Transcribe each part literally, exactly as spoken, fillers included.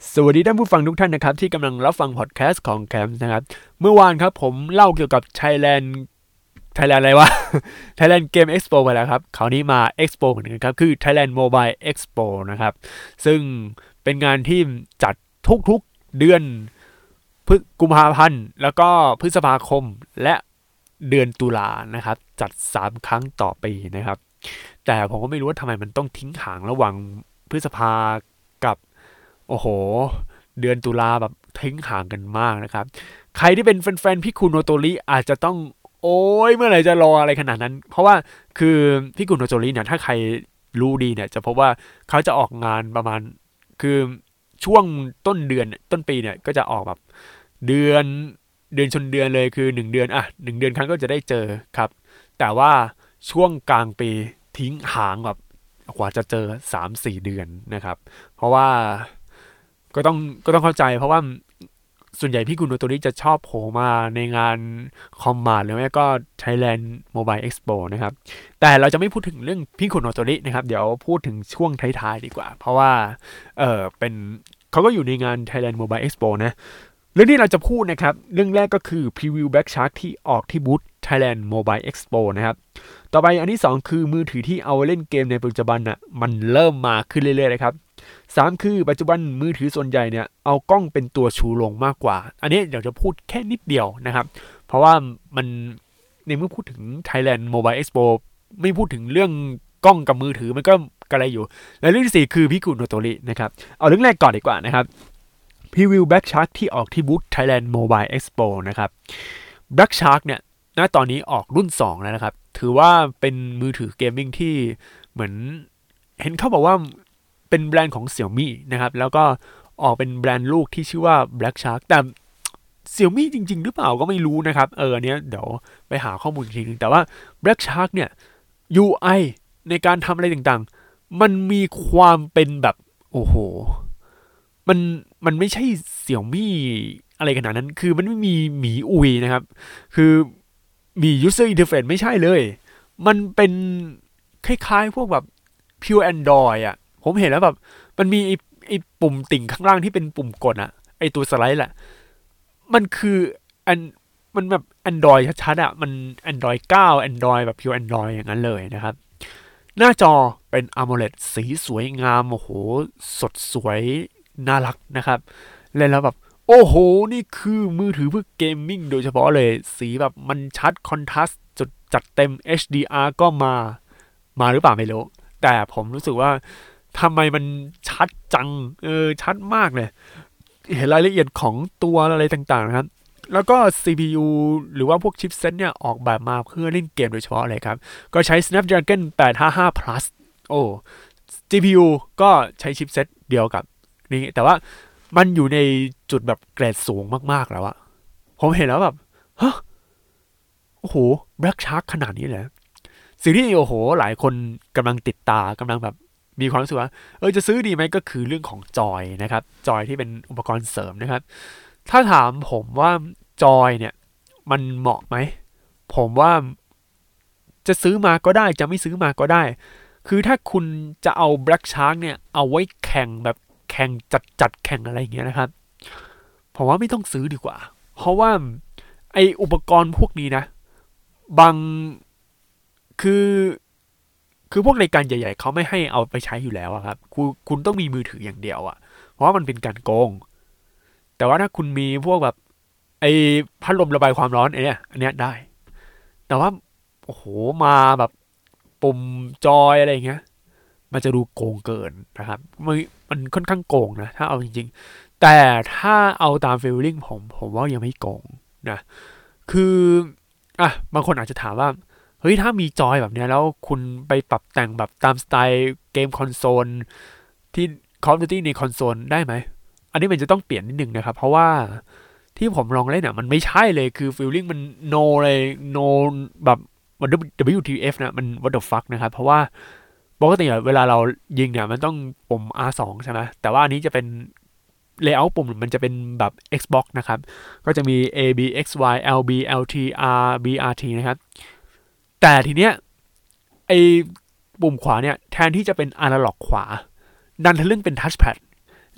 สวัสดีท่านผู้ฟังทุกท่านนะครับที่กำลังรับฟังพอดแคสต์ของแคมป์นะครับเมื่อวานครับผมเล่าเกี่ยวกับ Thailand Thailand อะไรวะ Thailand Game Expo ไปแล้วครับคราวนี้มา Expo เหมือนกันครับคือ Thailand Mobile Expo นะครับซึ่งเป็นงานที่จัดทุกๆเดือนพฤกุมภาพันธ์แล้วก็พฤษภาคมและเดือนตุลานะครับจัดสามครั้งต่อปีนะครับแต่ผมก็ไม่รู้ว่าทำไมมันต้องทิ้งห่างระหว่างพฤษภากับ โอ้โหเดือนตุลาแบบทิ้งห่างกันมากนะครับใครที่เป็นแฟนๆพี่คุโนโตริอาจจะต้องโอ้ยเมื่อไหร่จะรออะไรขนาดนั้นเพราะว่าคือพี่คุโนโตริเนี่ยถ้าใครรู้ดีเนี่ยจะพบว่าเขาจะออกงานประมาณคือช่วงต้นเดือนต้นปีเนี่ยก็จะออกแบบเดือนเดือนชนเดือนเลยคือหนึ่งเดือนอ่ะหนึ่งเดือนครั้งก็จะได้เจอครับแต่ว่าช่วงกลางปีทิ้งห่างแบบกว่าจะเจอสามสี่เดือนนะครับเพราะว่า ก็ต้องก็ต้องเข้าใจเพราะว่าส่วนใหญ่พี่กุนโนโตริจะชอบโผล่มาในงานคอมมาร์ทหรือไม่ก็ Thailand Mobile Expo นะครับแต่เราจะไม่พูดถึงเรื่องพี่กุนโนโตรินะครับเดี๋ยวพูดถึงช่วงท้ายๆดีกว่าเพราะว่าเออเป็นเขาก็อยู่ในงาน Thailand Mobile Expo นะเรื่องที่เราจะพูดนะครับเรื่องแรกก็คือ Preview Black Shark ที่ออกที่บูธ Thailand Mobile Expo นะครับต่อไปอันที่สองคือมือถือที่เอาไว้เล่นเกมในปัจจุบันน่ะมันเริ่มมาขึ้นเรื่อยๆนะครับ สามคือปัจจุบันมือถือส่วนใหญ่เนี่ยเอากล้องเป็นตัวชูโรงมากกว่าอันนี้เดี๋ยวจะพูดแค่นิดเดียวนะครับเพราะว่ามันในเมื่อพูดถึง Thailand Mobile Expo ไม่พูดถึงเรื่องกล้องกับมือถือมันก็กระไรอยู่และเรื่องที่สี่คือพิกุโนโตรินะครับเอาเรื่องแรกก่อนดีกว่านะครับพรีวิว Black Shark ที่ออกที่บูธ Thailand Mobile Expo นะครับ Black Shark เนี่ยณตอนนี้ออกรุ่นสองแล้วนะครับถือว่าเป็นมือถือเกมมิ่งที่เหมือนเห็นเขาบอกว่าเป็นแบรนด์ของ Xiaomi นะครับแล้วก็ออกเป็นแบรนด์ลูกที่ชื่อว่า Black Shark แต่ Xiaomi จริงๆหรือเปล่าก็ไม่รู้นะครับเอออันเนี้ยเดี๋ยวไปหาข้อมูลอีกทีนึงแต่ว่า Black Shark เนี่ย ยู ไอ ในการทำอะไรต่างๆมันมีความเป็นแบบโอ้โหมันมันไม่ใช่ Xiaomi อะไรขนาดนั้นคือมันไม่มีหมีอุยนะครับคือมี user interface ไม่ใช่เลยมันเป็นคล้ายๆพวกแบบ pure Android อ่ะผมเห็นแล้วแบบมันมีไอ้ไอ้ปุ่มติ่งข้างล่างที่เป็นปุ่มกดอ่ะไอ้ตัวสไลด์แหละมันคืออันมันแบบ Android ชัดๆอ่ะมัน Android เก้า Android แบบ pure Android อย่างนั้นเลยนะครับหน้าจอเป็น AMOLED สีสวยงามโอ้โหสดสวยน่ารักนะครับเล่นแล้วแบบโอ้โหนี่คือมือถือเพื่อเกมมิ่งโดยเฉพาะเลยสีแบบมันชัดคอนทราสต์จุดจัดเต็ม เอช ดี อาร์ ก็มามาหรือเปล่าไม่รู้แต่ผมรู้สึกว่าทำไมมันชัดจังเออชัดมากเลยเห็นรายละเอียดของตัวอะไรต่างๆนะครับแล้วก็ ซี พี ยู หรือว่าพวกชิปเซ็ตเนี่ยออกแบบมาเพื่อเล่นเกมโดยเฉพาะเลยครับก็ใช้ Snapdragon แปดห้าห้า plus โอ้ จี พี ยู ก็ใช้ชิปเซ็ตเดียวกับนี่แต่ว่ามันอยู่ในจุดแบบเกรดสูงมากๆแล้วอะผมเห็นแล้วแบบฮะโอ้โห Black Shark ขนาดนี้เลยสิ่งที่โอ้โหหลายคนกำลังติดตากำลังแบบมีความรู้สึกว่าเออจะซื้อดีไหมก็คือเรื่องของจอยนะครับจอยที่เป็นอุปกรณ์เสริมนะครับถ้าถามผมว่าจอยเนี่ยมันเหมาะไหมผมว่าจะซื้อมาก็ได้จะไม่ซื้อมาก็ได้คือถ้าคุณจะเอา Black Shark เนี่ยเอาไว้แข่งแบบแข่งจัดจัดแข่งอะไรอย่างเงี้ยนะครับผมว่าไม่ต้องซื้อดีกว่าเพราะว่าไออุปกรณ์พวกนี้นะบางคือคือพวกรายการใหญ่ๆเขาไม่ให้เอาไปใช้อยู่แล้วครับคุณคุณต้องมีมือถืออย่างเดียวอะเพราะว่ามันเป็นการโกงแต่ว่าถ้าคุณมีพวกแบบไอพัดลมระบายความร้อนไอเนี้ยอันเนี้ยได้แต่ว่าโอ้โหมาแบบปุ่มจอยอะไรอย่างเงี้ยมันจะดูโกงเกินนะครับมันมันค่อนข้างโกงนะถ้าเอาจริงๆแต่ถ้าเอาตามฟีลลิ่งผมผมว่ายังไม่โกงนะคืออ่ะบางคนอาจจะถามว่าเฮ้ยถ้ามีจอยแบบเนี้ยแล้วคุณไปปรับแต่งแบบตามสไตล์เกมคอนโซลที่ Call of Duty ในคอนโซลได้ไหมอันนี้มันจะต้องเปลี่ยนนิดนึงนะครับเพราะว่าที่ผมลองเล่นเนี่ยมันไม่ใช่เลยคือฟีลลิ่งมันโนเลยโนแบบ ดับเบิลยู ที เอฟ นะมัน what the fuck นะครับเพราะว่าปกติเวลาเรายิงเนี่ยมันต้องปุ่ม อาร์ ทู ใช่ไหมแต่ว่าอันนี้จะเป็น layout ปุ่มมันจะเป็นแบบ Xbox นะครับก็จะมี A B X Y L B L T R B R T นะครับแต่ทีเนี้ยไอปุ่มขวาเนี่ยแทนที่จะเป็น analog ขวาดันทะลึ่งเป็น touchpad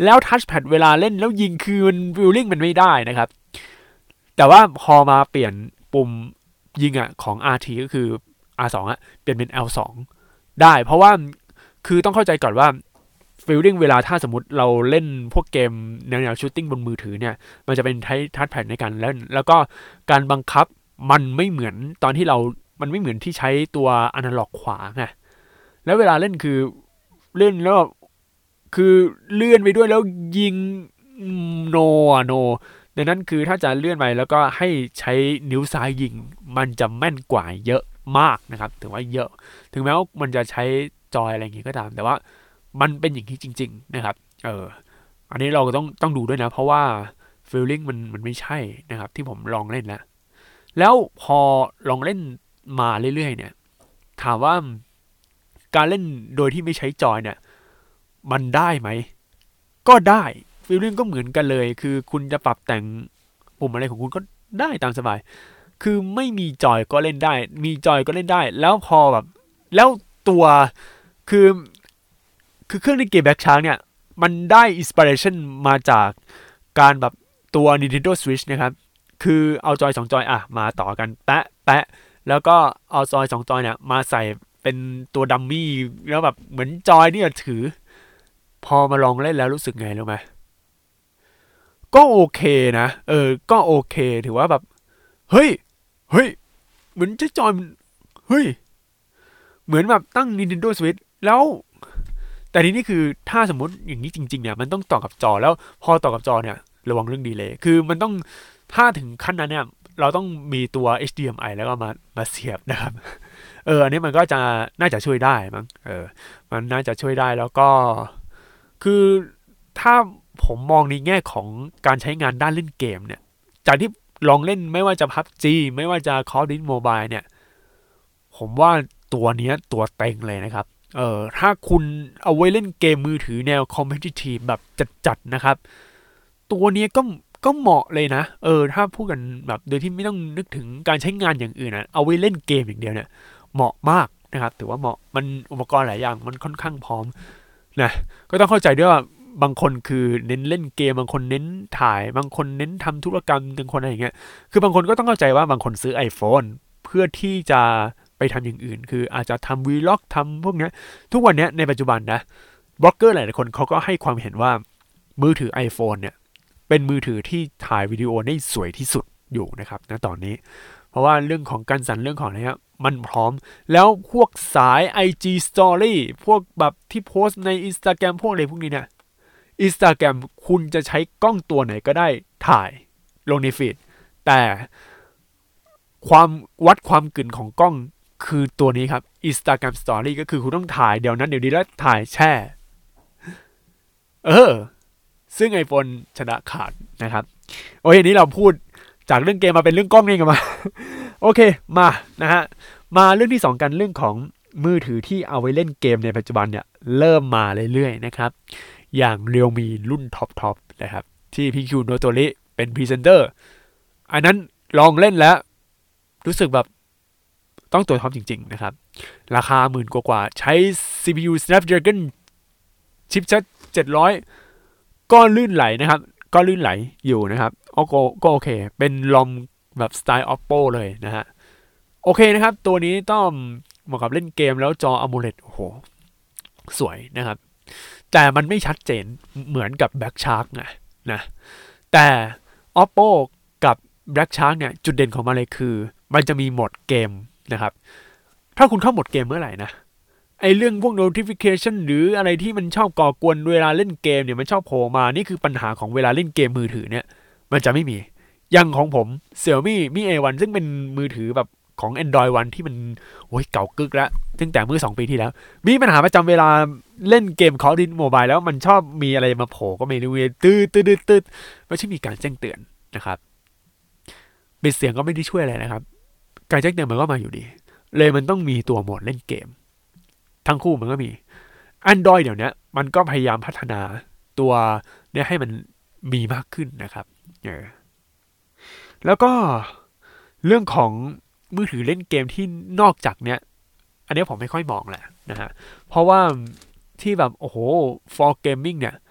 แล้วทัชแพดเวลาเล่นแล้วยิงคือมันฟีลลิ่งมันไม่ได้นะครับแต่ว่าพอมาเปลี่ยนปุ่มยิงอ่ะของ อาร์ ที ก็คือ อาร์ ทู อ่ะเปลี่ยนเป็น แอล ทู ได้เพราะว่าคือต้องเข้าใจก่อนว่าฟีลลิ่งเวลาถ้าสมมติเราเล่นพวกเกมแนวๆชูตติ้งบนมือถือเนี่ยมันจะเป็นใช้ทัชแพดในการเล่นแล้วก็การบังคับมันไม่เหมือนตอนที่เรามันไม่เหมือนที่ใช้ตัวอนาล็อกขวาไงแล้วเวลาเล่นคือเล่นแล้วคือเลื่อนไปด้วยแล้วยิงโนอะโนดังนั้นคือถ้าจะเลื่อนไปแล้วก็ให้ใช้นิ้วซ้ายยิงมันจะแม่นกว่าเยอะมากนะครับถือว่าเยอะถึงแม้ว่ามันจะใช้จอยอะไรอย่างงี้ก็ตามแต่ว่ามันเป็นอย่างนี้จริงๆนะครับเอออันนี้เราต้องต้องดูด้วยนะเพราะว่าฟีลลิ่งมันมันไม่ใช่นะครับที่ผมลองเล่นแล้วแล้วพอลองเล่นมาเรื่อยๆเนี่ยถามว่าการเล่นโดยที่ไม่ใช้จอยเนี่ยมันได้ไหมก็ได้ฟีลลิ่งก็เหมือนกันเลยคือคุณจะปรับแต่งปุ่มอะไรของคุณก็ได้ตามสบายคือไม่มีจอยก็เล่นได้มีจอยก็เล่นได้แล้วพอแบบแล้วตัวคือคือเครื่องในเกมแบ็กชาร์กเนี่ยมันได้อินสปิเรชันมาจากการแบบตัว Nintendo Switch นะครับคือเอาจอยสองจอยอ่ะมาต่อกันแปะแปะแล้วก็เอาจอยสองจอยเนี่ยมาใส่เป็นตัวดัมมี่แล้วแบบเหมือนจอยเนี่ยถือพอมาลองเล่นแล้วรู้สึกไงรู้ไหมก็โอเคนะเออก็โอเคถือว่าแบบเฮ้ยเฮ้ยเหมือนจะจอยเฮ้ยเหมือนแบบตั้ง Nintendo Switch แล้วแต่ทีนี้คือถ้าสมมติอย่างนี้จริงๆเนี่ยมันต้องต่อกับจอแล้วพอต่อกับจอเนี่ยระวังเรื่องดีเลย์คือมันต้องถ้าถึงขั้นนั้นเนี่ยเราต้องมีตัว เอช ดี เอ็ม ไอ แล้วก็มามาเสียบนะครับเอออันนี้มันก็จะน่าจะช่วยได้มั้งเออมันน่าจะช่วยได้แล้วก็คือถ้าผมมองในแง่ของการใช้งานด้านเล่นเกมเนี่ยจากที่ลองเล่นไม่ว่าจะ พับจี ไม่ว่าจะ Call of Duty Mobile เนี่ยผมว่าตัวเนี้ยตัวเต็งเลยนะครับเออถ้าคุณเอาไว้เล่นเกมมือถือแนว competitive แบบจัดๆนะครับตัวเนี้ยก็ก็เหมาะเลยนะเออถ้าพูดกันแบบโดยที่ไม่ต้องนึกถึงการใช้งานอย่างอื่นนะเอาไว้เล่นเกมอย่างเดียวเนี่ยเหมาะมากนะครับถือว่าเหมาะมันอุปกรณ์หลายอย่างมันค่อนข้างพร้อมนะก็ต้องเข้าใจด้วยว่าบางคนคือเน้นเล่นเกมบางคนเน้นถ่ายบางคนเน้นทำธุรกรรมบางคนอะไรอย่างเงี้ยคือบางคนก็ต้องเข้าใจว่าบางคนซื้อ iPhone เพื่อที่จะไปทำอย่างอื่นคืออาจจะทำวีล็อกทำพวกเนี้ยทุกวันนี้ในปัจจุบันนะบล็อกเกอร์หลายๆคนเขาก็ให้ความเห็นว่ามือถือ iPhone เนี่ยเป็นมือถือที่ถ่ายวิดีโอได้สวยที่สุดอยู่นะครับณตอนนี้เพราะว่าเรื่องของการสั่นเรื่องของอะไรครับมันพร้อมแล้วพวกสาย ไอ จี Story พวกแบบที่โพสใน Instagram พวกอะไรพวกนี้เนี่ย Instagram คุณจะใช้กล้องตัวไหนก็ได้ถ่ายลงในฟีดแต่ความวัดความกึ่นของกล้องคือตัวนี้ครับ Instagram Story ก็คือคุณต้องถ่ายเดี๋ยวนั้นเดี๋ยวนี้แล้วถ่ายแช่เออซึ่ง iPhone ชนะขาดนะครับโอเคนี้เราพูดจากเรื่องเกมมาเป็นเรื่องกล้องนี่กันมาโอเคมานะฮะมาเรื่องที่สองกันเรื่องของมือถือที่เอาไว้เล่นเกมในปัจจุบันเนี่ยเริ่มมาเรื่อยๆนะครับอย่าง Realme รุ่นท็อปๆนะครับที่ พี คิว Notori เป็นพรีเซนเตอร์อันนั้นลองเล่นแล้วรู้สึกแบบต้องตัวท็อปจริงๆนะครับราคาหมื่นกว่าๆใช้ ซี พี ยู Snapdragon ชิปเซ็ตเจ็ดร้อยก็ลื่นไหลนะครับก็ลื่นไหลอยู่นะครับก็ก็โอเคเป็นลอมแบบสไตล์ Oppo เลยนะฮะโอเคนะครับตัวนี้ต้องเหมาะกับเล่นเกมแล้วจอ AMOLED โอ้โหสวยนะครับแต่มันไม่ชัดเจนเหมือนกับ Black Shark นะนะแต่ Oppo กับ Black Shark เนี่ยจุดเด่นของมันเลยคือมันจะมีโหมดเกมนะครับถ้าคุณเข้าโหมดเกมเมื่อไหร่นะไอเรื่องพวก notification หรืออะไรที่มันชอบก่อกวนเวลาเล่นเกมเนี่ยมันชอบโผล่มานี่คือปัญหาของเวลาเล่นเกมมือถือเนี่ยมันจะไม่มีอย่างของผม Xiaomi Mi เอ วัน ซึ่งเป็นมือถือแบบของ Android วันที่มันโอ้ยเก่ากึกแล้วตั้งแต่เมื่อสองปีที่แล้วมีปัญหาประจำเวลาเล่นเกม Call of Duty Mobile แล้วมันชอบมีอะไรมาโผล่ก็ไม่รู้ตื้อตื้อตื้อตื้อไม่ใช่มีการแจ้งเตือนนะครับปิดเสียงก็ไม่ได้ช่วยอะไรนะครับการแจ้งเตือนมันก็มาอยู่ดีเลยมันต้องมีตัวโหมดเล่นเกมทั้งคู่มันก็มี Android เดี๋ยวนี้มันก็พยายามพัฒนาตัวเนี่ยให้มันมีมากขึ้นนะครับเออแล้วก็เรื่องของมือถือเล่นเกมที่นอกจากเนี้ยอันนี้ผมไม่ค่อยมองแหละนะฮะเพราะว่าที่แบบโอ้โห for gaming เนี่ย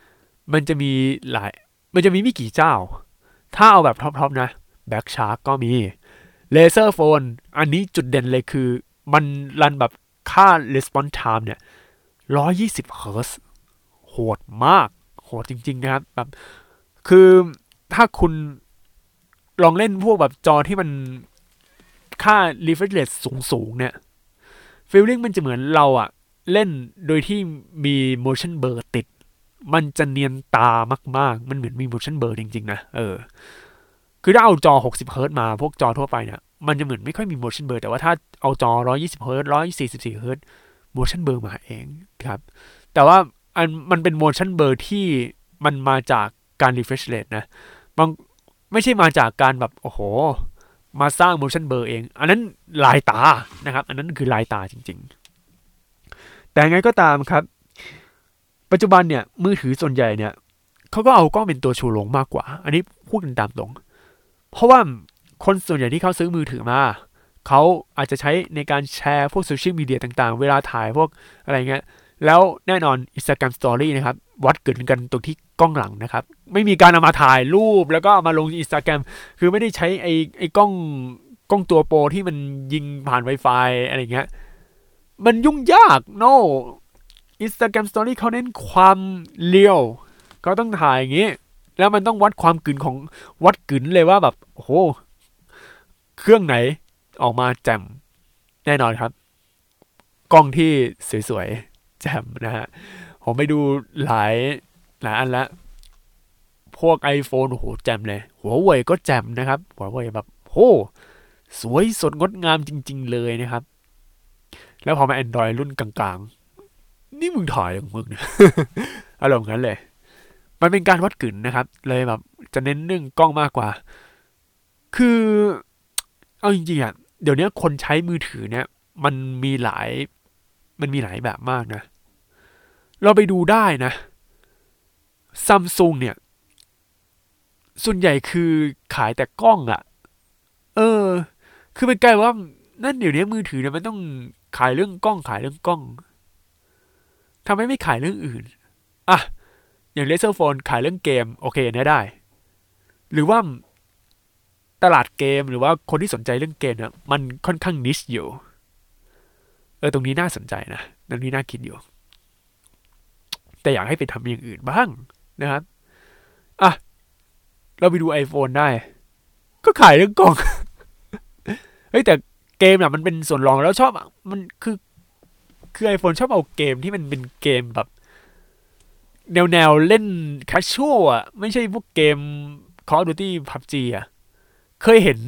มันจะมีหลายมันจะมีไม่กี่เจ้าถ้าเอาแบบท็อปๆนะ Black Shark ก็มี Laser Phone อันนี้จุดเด่นเลยคือมันรันแบบค่า response time เนี่ยหนึ่งร้อยยี่สิบเฮิร์ตซ์โหดมากโหดจริงๆนะครับแบบคือถ้าคุณลองเล่นพวกแบบจอที่มันค่า refresh rate สูงๆเนี่ย feeling มันจะเหมือนเราอะเล่นโดยที่มี motion blur ติดมันจะเนียนตามากๆมันเหมือนมี motion blur จริงๆนะเออคือถ้าเอาจอหกสิบเฮิร์ตซ์มาพวกจอทั่วไปเนี่ยมันจะเหมือนไม่ค่อยมี motion blur แต่ว่าถ้าเอาจอหนึ่งร้อยยี่สิบเฮิร์ตซ์หนึ่งร้อยสี่สิบสี่เฮิร์ตซ์ motion blur มาเองครับแต่ว่าอันมันเป็น motion blur ที่มันมาจากการ refresh rate นะบางไม่ใช่มาจากการแบบโอ้โหมาสร้าง motion blur เองอันนั้นลายตานะครับอันนั้นคือลายตาจริงๆแต่ไงก็ตามครับปัจจุบันเนี่ยมือถือส่วนใหญ่เนี่ยเขาก็เอากล้องเป็นตัวชูโรงมากกว่าอันนี้พูดกันตามตรงเพราะว่าคนส่วนใหญ่ที่เขาซื้อมือถือมาเขาอาจจะใช้ในการแชร์พวกโซเชียลมีเดียต่างๆเวลาถ่ายพวกอะไรเงี้ยแล้วแน่นอน Instagram Story นะครับวัดเกิดกันตรงที่กล้องหลังนะครับไม่มีการเอามาถ่ายรูปแล้วก็เอามาลง Instagram คือไม่ได้ใช้ไอ้ไอ้กล้องกล้องตัวโปรที่มันยิงผ่าน Wi-Fi อะไรเงี้ยมันยุ่งยาก no Instagram Story เขาเน้นความเรียวเขาต้องถ่ายอย่างงี้แล้วมันต้องวัดความกึ่นของวัดกึ่นเลยว่าแบบโอ้โหเครื่องไหนออกมาแจ่มแน่นอนครับกล้องที่สวยๆแจ่มนะฮะผมไปดูหลายหลายอันแล้วพวก iPhone โอ้โหแจ่มเลยหัวเว่ยก็แจ่มนะครับหัวเว่ยแบบโหสวยสดงดงามจริงๆเลยนะครับแล้วพอมา Android รุ่นกลางๆนี่มึงถ่ายของมึงเนี่ย อารมณ์งั้นเลยมันเป็นการวัดกึ่นนะครับเลยแบบจะเน้นเรื่องกล้องมากกว่าคือเอาจริงๆอ่ะเดี๋ยวนี้คนใช้มือถือเนี่ยมันมีหลายมันมีหลายแบบมากนะเราไปดูได้นะซัมซุงเนี่ยส่วนใหญ่คือขายแต่กล้องอ่ะเออคือมันกลายว่านั่นเดี๋ยวนี้มือถือเนี่ยมันต้องขายเรื่องกล้องขายเรื่องกล้องทำไมไม่ขายเรื่องอื่นอ่ะอย่าง Razer Phone ขายเรื่องเกมโอเคเนี่ยได้หรือว่าตลาดเกมหรือว่าคนที่สนใจเรื่องเกมเนี่ยมันค่อนข้างนิชอยู่เออตรงนี้น่าสนใจนะตรงนี้น่าคิดอยู่แต่อยากให้ไปทำอย่างอื่นบ้างนะครับอ่ะเราไปดู iPhone ได้ก็ขายเรื่องกล้องเฮ้ยแต่เกมน่ะมันเป็นส่วนรองแล้วชอบมันคือคือ iPhone ชอบเอาเกมที่มันเป็นเกมแบบแนวแนวเล่นแคชชวลอ่ะไม่ใช่พวกเกม Call of Duty พับจี อ่ะเคยเห็น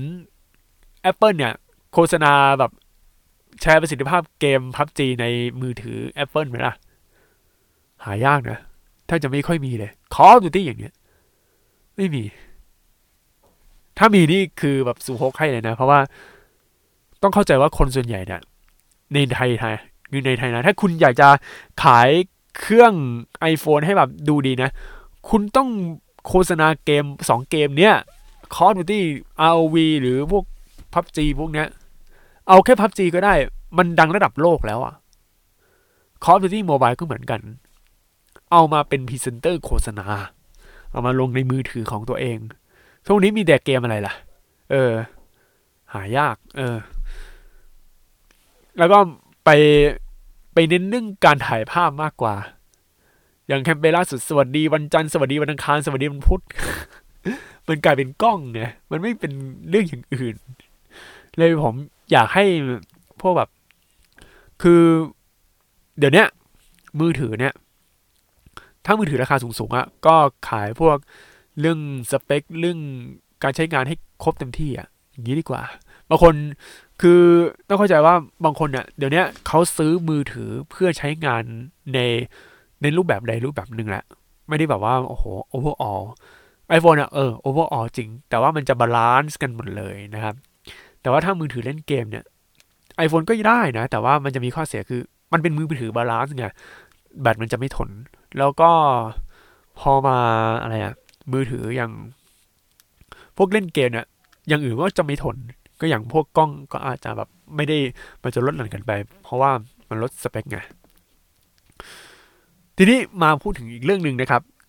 Apple เนี่ยโฆษณาแบบแชร์ประสิทธิภาพเกม พับจี ในมือถือ Apple ไหมล่ะหายากนะถ้าจะไม่ค่อยมีเลย Call of Duty อย่างเงี้ยไม่มีถ้ามีนี่คือแบบสูฮกให้เลยนะเพราะว่าต้องเข้าใจว่าคนส่วนใหญ่เนี่ยในไทยไทยคือในไทยนะถ้าคุณอยากจะขายเครื่อง iPhone ให้แบบดูดีนะคุณต้องโฆษณาเกมสองเกมเนี้ย Call of Duty อาร์ โอ วี หรือพวก พับจี พวกเนี้ยเอาแค่ พับจี ก็ได้มันดังระดับโลกแล้วอ่ะ Call of Duty Mobile ก็เหมือนกันเอามาเป็นพรีเซนเตอร์โฆษณาเอามาลงในมือถือของตัวเองช่วงนี้มีแต่เกมอะไรล่ะเออหายากเออแล้วก็ไปไปเน้นเรื่องการถ่ายภาพมากกว่าอย่างแคมเปญล่าสุดสวัสดีวันจันทร์สวัสดีวันอังคารสวัสดีวันพุธ มันกลายเป็นกล้องไงมันไม่เป็นเรื่องอย่างอื่นเลยผมอยากให้พวกแบบคือเดี๋ยวนี้มือถือเนี่ยถ้ามือถือราคาสูงๆอ่ะก็ขายพวกเรื่องสเปคเรื่องการใช้งานให้ครบเต็มที่อ่ะอย่างนี้ดีกว่าบางคนคือต้องเข้าใจว่าบางคนเนี่ยเดี๋ยวนี้เขาซื้อมือถือเพื่อใช้งานในในรูปแบบใดรูปแบบหนึ่งแหละไม่ได้แบบว่าโอ้โห overall iPhone อ่ะเออ overall จริงแต่ว่ามันจะบาลานซ์กันหมดเลยนะครับแต่ว่าถ้ามือถือเล่นเกมเนี่ย iPhone ก็ได้นะแต่ว่ามันจะมีข้อเสียคือมันเป็นมือถือบาลานซ์ไงแบตมันจะไม่ทนแล้วก็พอมาอะไรอะมือถืออย่างพวกเล่นเกมเนี่ยอย่างอื่นก็จะไม่ทนก็อย่างพวกกล้องก็อาจจะแบบไม่ได้มันจะลดหลั่นกันไปเพราะว่ามันลดสเปคไงทีนี้มาพูดถึงอีกเรื่องหนึ่งนะครับ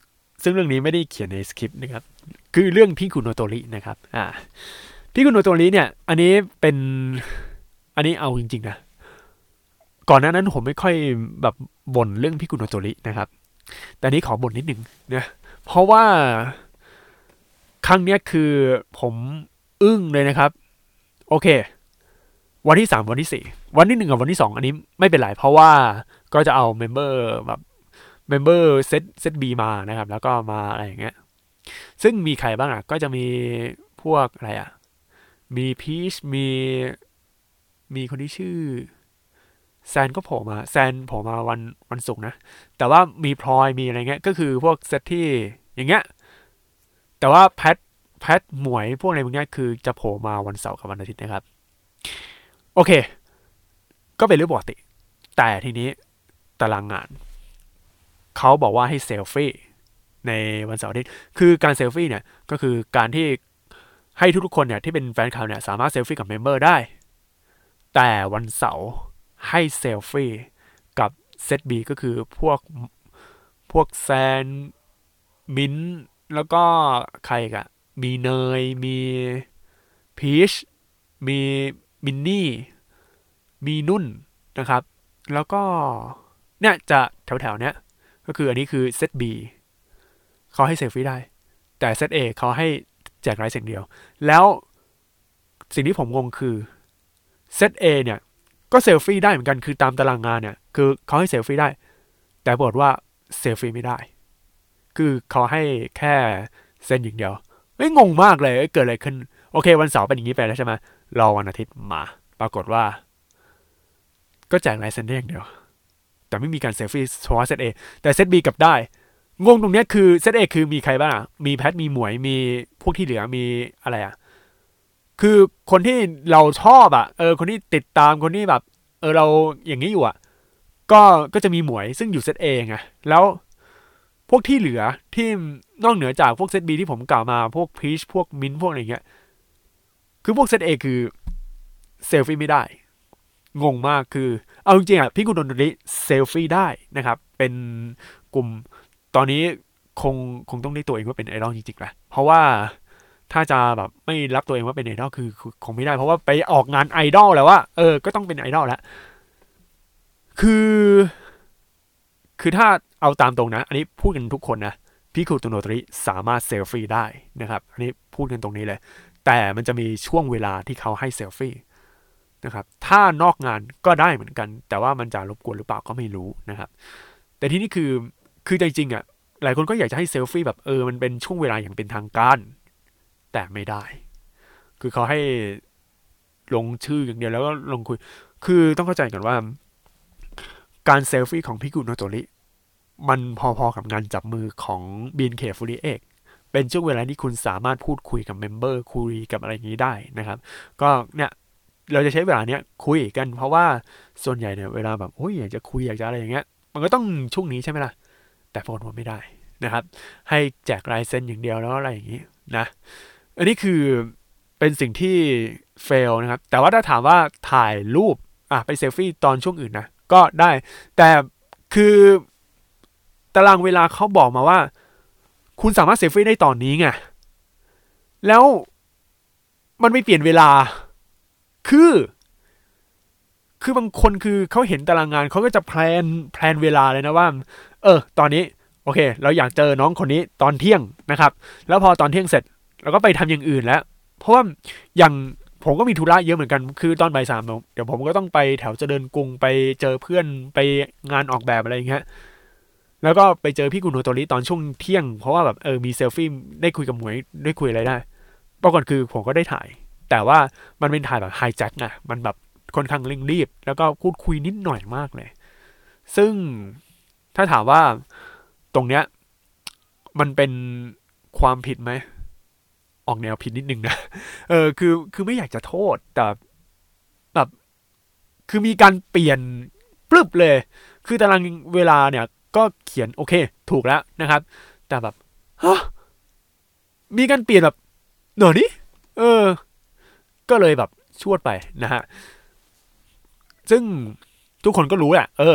ซึ่งเรื่องนี้ไม่ได้เขียนในสคริปต์นะครับคือเรื่องพี่คุโนโตรินะครับอ่าพี่คุโนโตริเนี่ยอันนี้เป็นอันนี้เอาจริงๆนะก่อนหน้านั้นผมไม่ค่อยแบบบ่นเรื่องพี่คุโนโตรินะครับแต่นี้ขอบ่นนิดหนึ่งนะเพราะว่าครั้งนี้คือผมอึ้งเลยนะครับโอเควันที่สามวันที่สี่วันที่หนึ่งกับวันที่สองอันนี้ไม่เป็นไรเพราะว่าก็จะเอาเมมเบอร์แบบเมมเบอร์เซตเซตบีมานะครับแล้วก็มาอะไรอย่างเงี้ยซึ่งมีใครบ้างอ่ะก็จะมีพวกอะไรอ่ะมีพีชมีมีคนที่ชื่อแซนก็โผล่มาแซนโผล่มาวันวันศุกร์นะแต่ว่ามีพลอยมีอะไรเงี้ยก็คือพวกเซตที่อย่างเงี้ยแต่ว่าแพทแพทหมวยพวกอะไรพวกเนี้ยคือจะโผล่มาวันเสาร์กับวันอาทิตย์นะครับโอเคก็เป็นเรื่องปกติแต่ทีนี้ตารางงานเขาบอกว่าให้เซลฟี่ในวันเสาร์อาทิตย์คือการเซลฟี่เนี่ยก็คือการที่ให้ทุกๆคนเนี่ยที่เป็นแฟนคลับเนี่ยสามารถเซลฟี่กับเมมเบอร์ได้แต่วันเสาร์ให้เซลฟี่กับเซตบีก็คือพวกพวกแซนมินแล้วก็ใครกะมีเนยมีพีชมีมินนี่มีนุ่นนะครับแล้วก็เนี่ยจะแถวๆเนี้ยก็คืออันนี้คือเซต B เขาให้เซลฟี่ได้แต่เซต A เขาให้แจกไลน์เสียงเดียวแล้วสิ่งที่ผมงงคือเซต A เนี่ยก็เซลฟี่ได้เหมือนกันคือตามตารางงานเนี่ยคือเขาให้เซลฟี่ได้แต่บอกว่าเซลฟี่ไม่ได้คือเขาให้แค่เซ็นอย่างเดียวไม่งงมากเลยเกิดอะไรขึ้นโอเควันเสาร์เป็นอย่างนี้ไปแล้วใช่ไหมรอวันอาทิตย์มาปรากฏว่าก็แจกลายเซ็นได้อย่างเดียวแต่ไม่มีการเซลฟี่เฉพาะเซต A แต่เซต B กลับได้งงตรงนี้คือเซต A คือมีใครบ้างอ่ะมีแพทมีหมวยมีพวกที่เหลือมีอะไรอ่ะคือคนที่เราชอบอ่ะเออคนที่ติดตามคนที่แบบเออเราอย่างนี้อยู่อ่ะก็ก็จะมีหมวยซึ่งอยู่เซต A ไงแล้วพวกที่เหลือที่นอกเหนือจากพวกเซต B ที่ผมกล่าวมาพวกพีชพวกมินพวกอะไรเงี้ยคือพวกเซต A คือเซลฟี่ไม่ได้งงมากคือเอาจริงๆอ่ะพี่กุณนนท์เซลฟี่ได้นะครับเป็นกลุ่มตอนนี้คงคงต้องเรียกตัวเองว่าเป็นไอดอลจริงๆแหละเพราะว่าถ้าจะแบบไม่รับตัวเองว่าเป็นไอดอลคือคงไม่ได้เพราะว่าไปออกงานไอดอลแล้วว่าเออก็ต้องเป็นไอดอลแล้วคือคือถ้าเอาตามตรงนะอันนี้พูดกันทุกคนนะพี่คุโนโตริสามารถเซลฟี่ได้นะครับอันนี้พูดกันตรงนี้เลยแต่มันจะมีช่วงเวลาที่เขาให้เซลฟี่นะครับถ้านอกงานก็ได้เหมือนกันแต่ว่ามันจะรบกวนหรือเปล่าก็ไม่รู้นะครับแต่ที่นี่คือคือจริงๆอ่ะหลายคนก็อยากจะให้เซลฟี่แบบเออมันเป็นช่วงเวลาอย่างเป็นทางการแต่ไม่ได้คือเขาให้ลงชื่ออย่างเดียวแล้วก็ลงคุยคือต้องเข้าใจก่อนว่าการเซลฟี่ของพิกุโนโตริมันพอๆกับงานจับมือของ บี เอ็น เค ฟอร์ตี้เอท เป็นช่วงเวลาที่คุณสามารถพูดคุยกับเมมเบอร์คุยกับอะไรอย่างนี้ได้นะครับก็เนี่ยเราจะใช้เวลาเนี้ยคุยกันเพราะว่าส่วนใหญ่เนี่ยเวลาแบบโอ้ยอยากจะคุยอยากจะอะไรอย่างเงี้ยมันก็ต้องช่วงนี้ใช่ไหมล่ะแต่พอว่าไม่ได้นะครับให้แจกลายเซ็นอย่างเดียวแล้วอะไรอย่างงี้นะอันนี้คือเป็นสิ่งที่เฟลนะครับแต่ว่าถ้าถามว่าถ่ายรูปอ่ะไปเซลฟี่ตอนช่วงอื่นนะก็ได้แต่คือตารางเวลาเขาบอกมาว่าคุณสามารถเซลฟี่ได้ตอนนี้ไงแล้วมันไม่เปลี่ยนเวลาคือคือบางคนคือเขาเห็นตารางงานเขาก็จะแพลนแพลนเวลาเลยนะว่าเออตอนนี้โอเคเราอยากเจอน้องคนนี้ตอนเที่ยงนะครับแล้วพอตอนเที่ยงเสร็จเราก็ไปทำอย่างอื่นแล้วเพราะว่าอย่างผมก็มีธุระเยอะเหมือนกันคือตอนบ่ายสามเดี๋ยวผมก็ต้องไปแถวเจริญกรุงไปเจอเพื่อนไปงานออกแบบอะไรอย่างเงี้ยแล้วก็ไปเจอพี่กุโนโตริตอนช่วงเที่ยงเพราะว่าแบบเออมีเซลฟี่ได้คุยกับหมวยได้คุยอะไรได้ปรากฏคือผมก็ได้ถ่ายแต่ว่ามันเป็นถ่ายแบบไฮแจ็คไงมันแบบค่อนข้างเร่งรีบแล้วก็พูดคุยนิดหน่อยมากเลยซึ่งถ้าถามว่าตรงเนี้ยมันเป็นความผิดไหมออกแนวผิดนิดนึงนะเออคือคือไม่อยากจะโทษแต่แบบคือมีการเปลี่ยนปลึบเลยคือตารางเวลาเนี่ยก็เขียนโอเคถูกแล้วนะครับแต่แบบฮะมีการเปลี่ยนแบบหน่อยนี่เออก็เลยแบบชวดไปนะฮะซึ่งทุกคนก็รู้แหละเออพ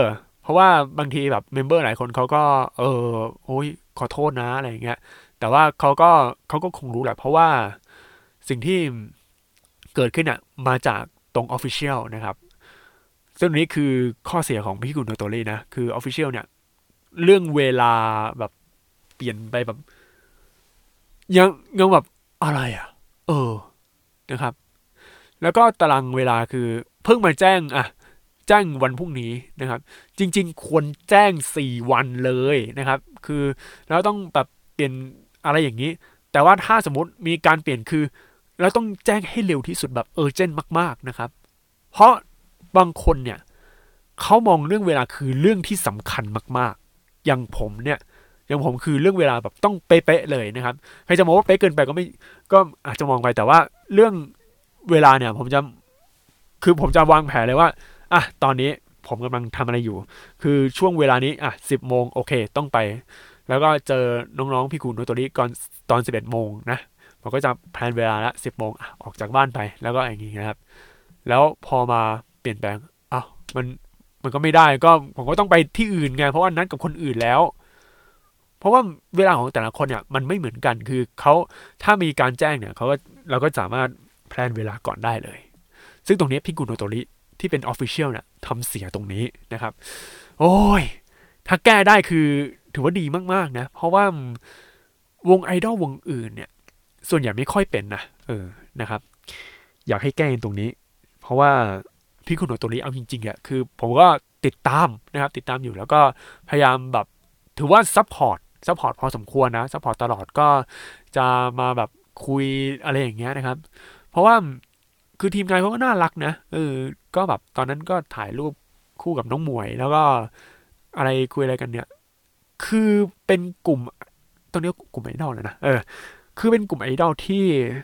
ราะว่าบางทีแบบเมมเบอร์หลายคนเขาก็เออโอ้ยขอโทษนะอะไรอย่างเงี้ยแต่ว่าเขาก็เขาก็คงรู้แหละเพราะว่าสิ่งที่เกิดขึ้นอ่ะมาจากตรง Official นะครับซึ่งนี้คือข้อเสียของพี่กุนโนโตรินะคือ Official เนี่ยเรื่องเวลาแบบเปลี่ยนไปแบบยังยังแบบอะไรอ่ะเออนะครับแล้วก็ตารางเวลาคือเพิ่งมาแจ้งอ่ะแจ้งวันพรุ่งนี้นะครับจริงๆควรแจ้งสี่วันเลยนะครับคือแล้วต้องแบบเปลี่ยนอะไรอย่างนี้แต่ว่าถ้าสมมติมีการเปลี่ยนคือเราต้องแจ้งให้เร็วที่สุดแบบเออเจนมากๆนะครับเพราะบางคนเนี่ยเขามองเรื่องเวลาคือเรื่องที่สำคัญมากๆอย่างผมเนี่ยอย่างผมคือเรื่องเวลาแบบต้องเป๊ะๆเลยนะครับใครจะมองว่าเป๊ะเกินไปก็ไม่ก็อาจจะมองไปแต่ว่าเรื่องเวลาเนี่ยผมจะคือผมจะวางแผนเลยว่าอ่ะตอนนี้ผมกำลังทำอะไรอยู่คือช่วงเวลานี้อ่ะสิบโมงโอเคต้องไปแล้วก็เจอน้องๆพี่คุณโนโตริก่อนตอนสิบเอ็ดโมงนะผมก็จะแพลนเวลาละสิบโมงอ่ะออกจากบ้านไปแล้วก็อย่างนี้นะครับแล้วพอมาเปลี่ยนแปลงอ้าวมันมันก็ไม่ได้ก็ผมก็ต้องไปที่อื่นไงเพราะว่านัดกับคนอื่นแล้วเพราะว่าเวลาของแต่ละคนเนี่ยมันไม่เหมือนกันคือเขาถ้ามีการแจ้งเนี่ยเขาก็เราก็สามารถแพลนเวลาก่อนได้เลยซึ่งตรงนี้พี่กุนโนโตริที่เป็น Official เนี่ยทำเสียตรงนี้นะครับโอ้ยถ้าแก้ได้คือถือว่าดีมากๆนะเพราะว่าวงไอดอลวงอื่นเนี่ยส่วนใหญ่ไม่ค่อยเป็นนะเออนะครับอยากให้แก้ตรงนี้เพราะว่าพี่กุนโนโตริเอาจริงๆอ่ะคือผมก็ติดตามนะครับติดตามอยู่แล้วก็พยายามแบบถือว่าซัพพอร์ตซัพพอร์ตพอสมควรนะซัพพอร์ตตลอดก็จะมาแบบคุยอะไรอย่างเงี้ยนะครับเพราะว่าคือทีมงานเขาก็น่ารักนะเออก็แบบตอนนั้นก็ถ่ายรูปคู่กับน้องหมวยแล้วก็อะไรคุยอะไรกันเนี่ยคือเป็นกลุ่มตรงนี้กลุ่มไอดอลเลยนะเออคือเป็นกลุ่มไอดอลที่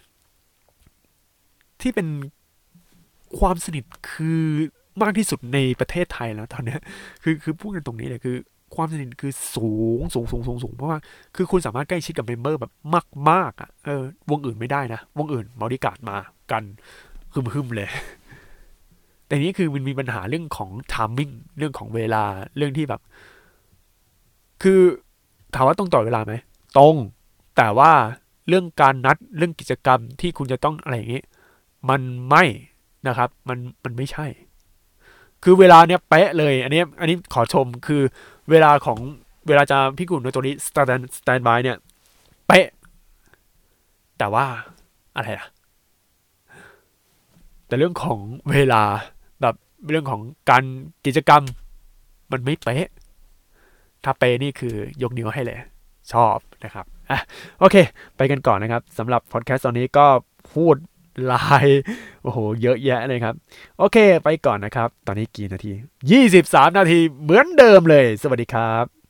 ที่เป็นความสนิทคือมากที่สุดในประเทศไทยแล้วตอนเนี้ยคือคือพูดกันตรงนี้เลยคือความสนิทคือสูงสูงสูงสูงสูงเพราะว่าคือคุณสามารถใกล้ชิดกับเมมเบอร์แบบมากๆอ่ะเออวงอื่นไม่ได้นะวงอื่นบอดี้การ์ดมากันฮึมๆเลย แต่นี้คือมันมีปัญหาเรื่องของ timing เรื่องของเวลาเรื่องที่แบบคือถามว่าต้องต่อเวลาไหมตรงแต่ว่าเรื่องการนัดเรื่องกิจกรรมที่คุณจะต้องอะไรอย่างนี้มันไม่นะครับมันมันไม่ใช่คือเวลาเนี้ยเป๊ะเลยอันนี้อันนี้ขอชมคือเวลาของเวลาจะพี่กุ่นในตัวนี้สแตนสแตนบายเนี่ยเป๊ะแต่ว่าอะไรอะแต่เรื่องของเวลาแบบเรื่องของการกิจกรรมมันไม่เป๊ะ ถ้าเปนี่คือยกนิ้วให้เลยชอบนะครับอ่ะโอเคไปกันก่อนนะครับสำหรับพอดแคสต์ตอนนี้ก็พูดลายโอ้โหเยอะแยะเลยครับโอเคไปก่อนนะครับตอนนี้กี่นาทียี่สิบสามนาทีเหมือนเดิมเลยสวัสดีครับ